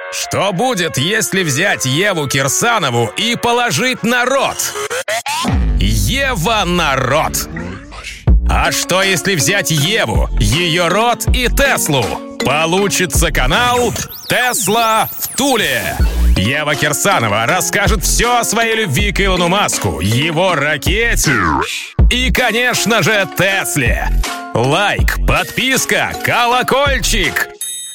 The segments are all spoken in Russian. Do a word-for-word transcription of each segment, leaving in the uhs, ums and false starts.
Что будет, если взять Еву Кирсанову и положить на рот? Ева на рот. А что, если взять Еву, ее рот и Теслу? Получится канал «Тесла в Туле». Ева Кирсанова расскажет все о своей любви к Илону Маску, его ракете и, конечно же, Тесле. Лайк, подписка, колокольчик.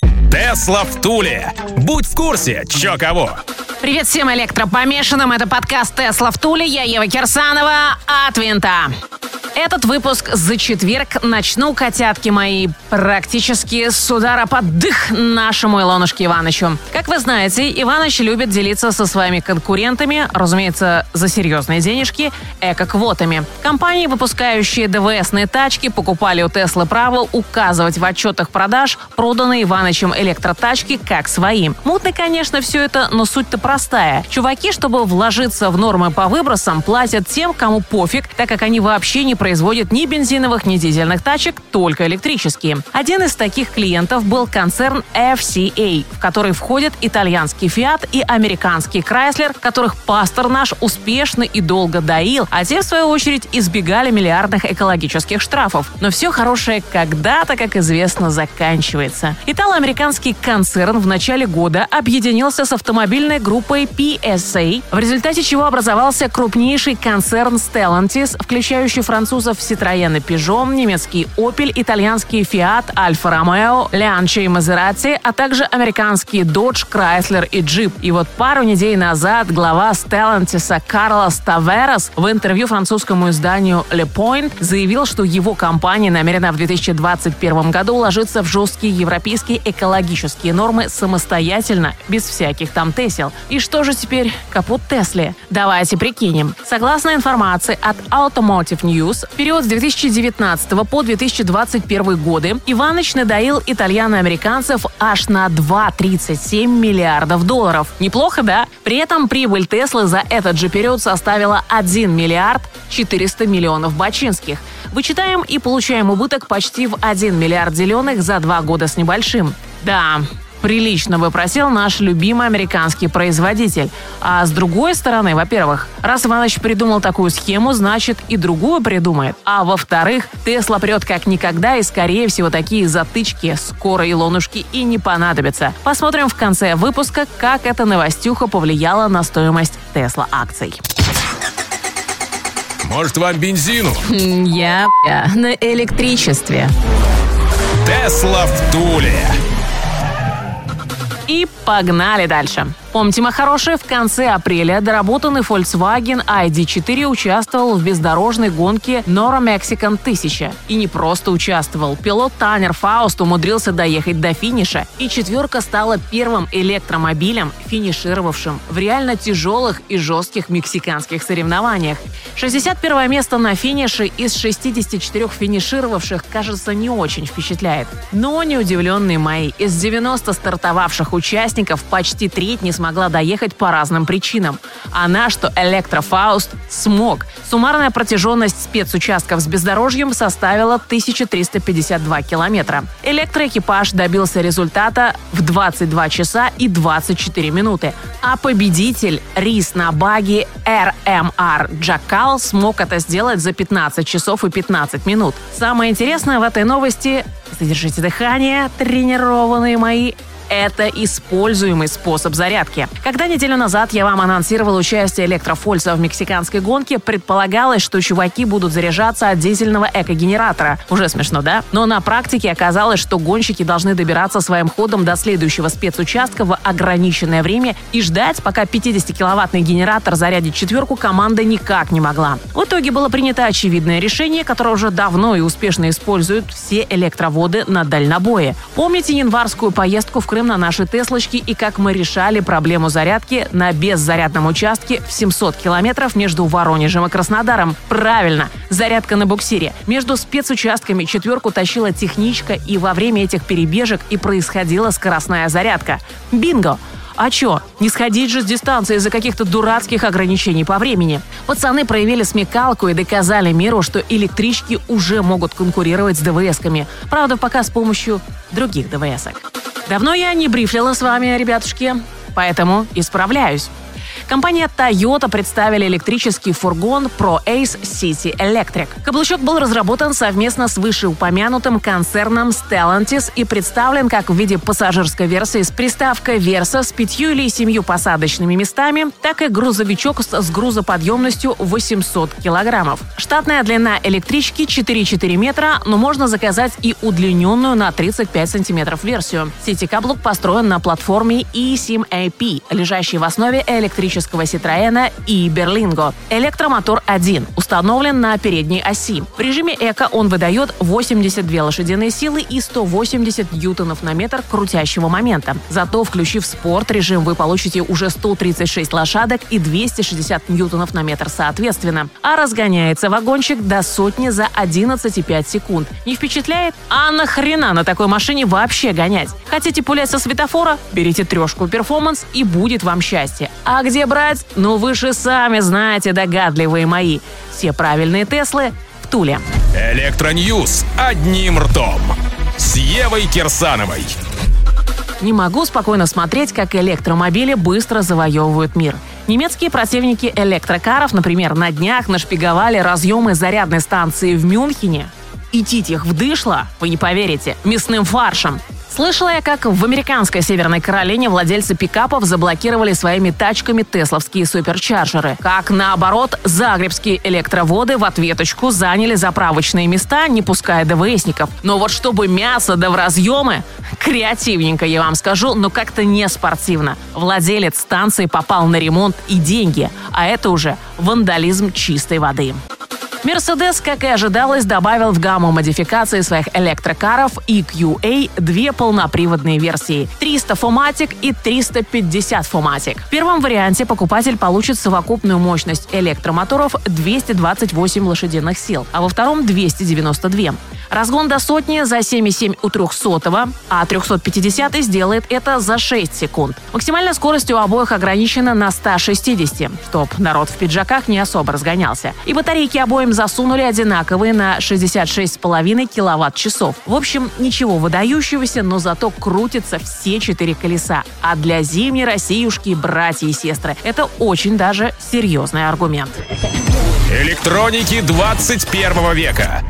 Тесла в Туле. Будь в курсе, чё кого. Привет всем электропомешанным. Это подкаст «Тесла в Туле». Я Ева Кирсанова от Винта. Этот выпуск за четверг. Начну, котятки мои, практически с удара под дых нашему Илонушке Иванычу. Как вы знаете, Иваныч любит делиться со своими конкурентами, разумеется, за серьезные денежки, эко-квотами. Компании, выпускающие ДВСные тачки, покупали у Теслы право указывать в отчетах продаж проданные Иванычем электротачки как свои. Мутно, конечно, все это, но суть-то простая. Чуваки, чтобы вложиться в нормы по выбросам, платят тем, кому пофиг, так как они вообще не производят ни бензиновых, ни дизельных тачек, только электрические. Один из таких клиентов был концерн эф си эй, в который входят итальянский Fiat и американский Chrysler, которых пастор наш успешно и долго доил, а те, в свою очередь, избегали миллиардных экологических штрафов. Но все хорошее когда-то, как известно, заканчивается. Итало-американский концерн в начале года объединился с автомобильной группой пи эс эй, в результате чего образовался крупнейший концерн Stellantis, включающий французов Citroёn и Peugeot, немецкий Opel, итальянский Fiat, Alfa Romeo, Lancia и Maserati, а также американские Dodge, Chrysler и Jeep. И вот пару недель назад глава Stellantis Карлос Таверас в интервью французскому изданию Le Point заявил, что его компания намерена в две тысячи двадцать первом году уложиться в жесткие европейские экологические нормы самостоятельно, без всяких там тесел. И что же теперь капут Тесле? Давайте прикинем. Согласно информации от Automotive News, в период с две тысячи девятнадцатого по две тысячи двадцать первый годы Иваныч надоил итальяно-американцев аж на два целых тридцать семь миллиардов долларов. Неплохо, да? При этом прибыль Теслы за этот же период составила один миллиард четыреста миллионов бачинских. Вычитаем и получаем убыток почти в один миллиард зеленых за два года с небольшим. Да, прилично бы просел наш любимый американский производитель. А с другой стороны, во-первых, раз Иваныч придумал такую схему, значит и другую придумает. А во-вторых, Тесла прет как никогда, и, скорее всего, такие затычки скоро Илонушке и не понадобятся. Посмотрим в конце выпуска, как эта новостюха повлияла на стоимость Тесла акций. Может, вам бензину? Я, я на электричестве. Тесла в Туле. И погнали дальше. Помните, мои хорошие, в конце апреля доработанный Volkswagen ай ди четыре участвовал в бездорожной гонке Nora Mexican тысяча. И не просто участвовал. Пилот Танер Фауст умудрился доехать до финиша, и четверка стала первым электромобилем, финишировавшим в реально тяжелых и жестких мексиканских соревнованиях. шестьдесят первое место на финише из шестидесяти четырёх финишировавших, кажется, не очень впечатляет. Но не удивленные мои, из девяноста стартовавших участников почти треть не смогла доехать по разным причинам. А наш, что Электрофауст, смог. Суммарная протяженность спецучастков с бездорожьем составила тысяча триста пятьдесят два километра. Электроэкипаж добился результата в двадцать два часа и двадцать четыре минуты. А победитель Рис на баги эр эм ар Джакал смог это сделать за пятнадцать часов и пятнадцать минут. Самое интересное в этой новости, задержите дыхание, тренированные мои, это используемый способ зарядки. Когда неделю назад я вам анонсировал участие электрофольца в мексиканской гонке, предполагалось, что чуваки будут заряжаться от дизельного экогенератора. Уже смешно, да? Но на практике оказалось, что гонщики должны добираться своим ходом до следующего спецучастка в ограниченное время и ждать, пока пятидесятикиловаттный генератор зарядит четверку, команда никак не могла. В итоге было принято очевидное решение, которое уже давно и успешно используют все электроводы на дальнобое. Помните январскую поездку в Крым на наши Теслочки и как мы решали проблему зарядки на беззарядном участке в семьсот километров между Воронежем и Краснодаром? Правильно, зарядка на буксире. Между спецучастками четверку тащила техничка, и во время этих перебежек и происходила скоростная зарядка. Бинго! А чё, не сходить же с дистанции из-за каких-то дурацких ограничений по времени? Пацаны проявили смекалку и доказали миру, что электрички уже могут конкурировать с ДВСками. Правда, пока с помощью других ДВСок. Давно я не брифлила с вами, ребятушки, поэтому исправляюсь. Компания Toyota представили электрический фургон ProAce City Electric. Каблучок был разработан совместно с вышеупомянутым концерном Stellantis и представлен как в виде пассажирской версии с приставкой Versa с пятью или семью посадочными местами, так и грузовичок с грузоподъемностью восемьсот килограммов. Штатная длина электрички четыре целых четыре десятых метра, но можно заказать и удлиненную на тридцать пять сантиметров версию. Сити-каблук построен на платформе и семь эй пи, лежащей в основе электрического Citroёn e-Berlingo. Электромотор один, установлен на передней оси. В режиме эко он выдает восемьдесят две лошадиные силы и сто восемьдесят ньютонов на метр крутящего момента. Зато, включив спорт-режим, вы получите уже сто тридцать шесть лошадок и двести шестьдесят ньютонов на метр соответственно. А разгоняется вагончик до сотни за одиннадцать целых пять секунд. Не впечатляет? А нахрена на такой машине вообще гонять? Хотите пулять со светофора? Берите трешку перформанс и будет вам счастье. А где брать? Ну вы же сами знаете, догадливые мои. Все правильные Теслы в Туле. Электроньюз одним ртом с Евой Кирсановой. Не могу спокойно смотреть, как электромобили быстро завоевывают мир. Немецкие противники электрокаров, например, на днях нашпиговали разъемы зарядной станции в Мюнхене. И тить их вдышло, вы не поверите, мясным фаршем. Слышала я, как в американской Северной Каролине владельцы пикапов заблокировали своими тачками тесловские суперчарджеры. Как наоборот, загребские электроводы в ответочку заняли заправочные места, не пуская ДВСников. Но вот чтобы мясо да в разъемы, креативненько, я вам скажу, но как-то не спортивно. Владелец станции попал на ремонт и деньги, а это уже вандализм чистой воды. Мерседес, как и ожидалось, добавил в гамму модификаций своих электрокаров и кью эй две полноприводные версии – триста фоматик и триста пятьдесят фоматик. В первом варианте покупатель получит совокупную мощность электромоторов двести двадцать восемь лошадиных сил, а во втором – двести девяносто два. Разгон до сотни за семь целых семь десятых у трехсотого, а триста пятидесятый сделает это за шесть секунд. Максимальная скорость у обоих ограничена на ста шестидесяти, чтоб народ в пиджаках не особо разгонялся. И батарейки обоим засунули одинаковые на шестьдесят шесть целых пять десятых киловатт-часов. В общем, ничего выдающегося, но зато крутятся все четыре колеса. А для зимней Россиюшки, братья и сестры, это очень даже серьезный аргумент. Электроники двадцать первого века.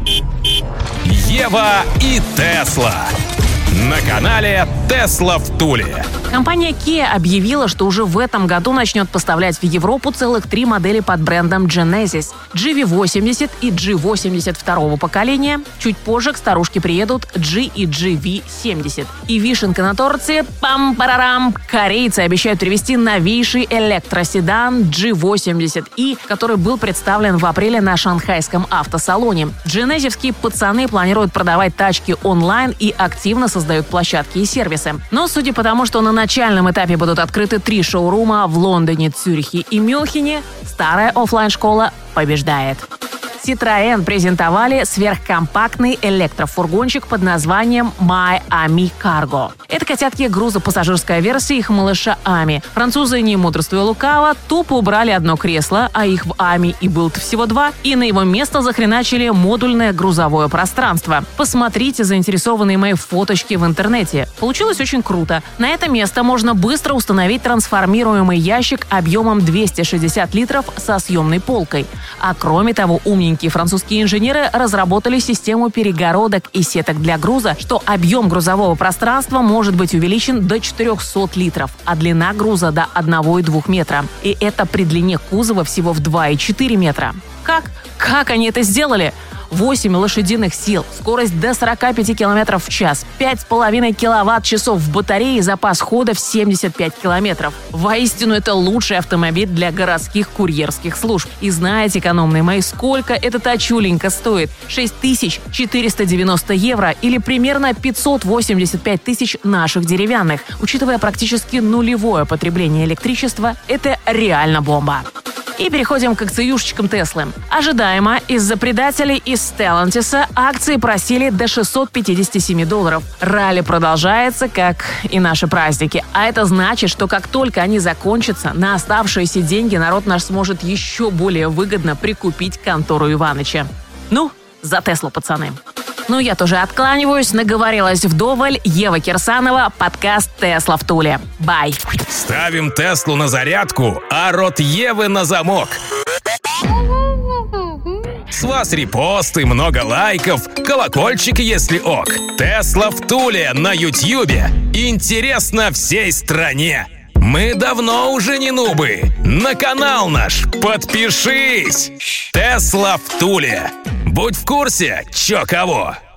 Ева и Тесла. На канале Тесла в Туле. Компания Kia объявила, что уже в этом году начнет поставлять в Европу целых три модели под брендом Genesis – джи ви восемьдесят и джи восемьдесят второго поколения. Чуть позже к старушке приедут G и джи ви семьдесят. И вишенка на торте – пам-парарам! Корейцы обещают привезти новейший электроседан джи восемьдесят и, который был представлен в апреле на шанхайском автосалоне. Genesis'ские пацаны планируют продавать тачки онлайн и активно создают площадки и сервисы. Но судя по тому, что на начальном этапе будут открыты три шоурума в Лондоне, Цюрихе и Мюнхене, старая офлайн-школа побеждает. Citroёn презентовали сверхкомпактный электрофургончик под названием My Ami Cargo. Это, котятки, грузопассажирская версия их малыша Ами. Французы, не мудрствуя лукаво, тупо убрали одно кресло, а их в Ами и было-то всего два, и на его место захреначили модульное грузовое пространство. Посмотрите заинтересованные мои фоточки в интернете. Получилось очень круто. На это место можно быстро установить трансформируемый ящик объемом двести шестьдесят литров со съемной полкой. А кроме того, умненькие французские инженеры разработали систему перегородок и сеток для груза, что объем грузового пространства может быть увеличен до четырехсот литров, а длина груза до одного и двух метра. И это при длине кузова всего в два и четыре метра. Как? Как они это сделали? восемь лошадиных сил, скорость до сорока пяти километров в час, пять с половиной киловатт-часов в батарее и запас хода в семьдесят пять километров. Воистину, это лучший автомобиль для городских курьерских служб. И знаете, экономные мои, сколько эта тачуленька стоит? шесть тысяч четыреста девяносто евро или примерно пятьсот восемьдесят пять тысяч наших деревянных. Учитывая практически нулевое потребление электричества, это реально бомба. И переходим к акциюшечкам Теслы. Ожидаемо, из-за предателей из Stellantis акции просели до шестисот пятидесяти семи долларов. Ралли продолжается, как и наши праздники. А это значит, что как только они закончатся, на оставшиеся деньги народ наш сможет еще более выгодно прикупить контору Иваныча. Ну, за Теслу, пацаны. Ну, я тоже откланиваюсь, наговорилась вдоволь. Ева Кирсанова, подкаст «Тесла в Туле». Бай. Ставим Теслу на зарядку, а рот Евы на замок. С вас репосты, много лайков, колокольчик, если ок. Тесла в Туле на Ютьюбе. Интересно всей стране. Мы давно уже не нубы. На канал наш подпишись. Тесла в Туле. Будь в курсе, чё кого.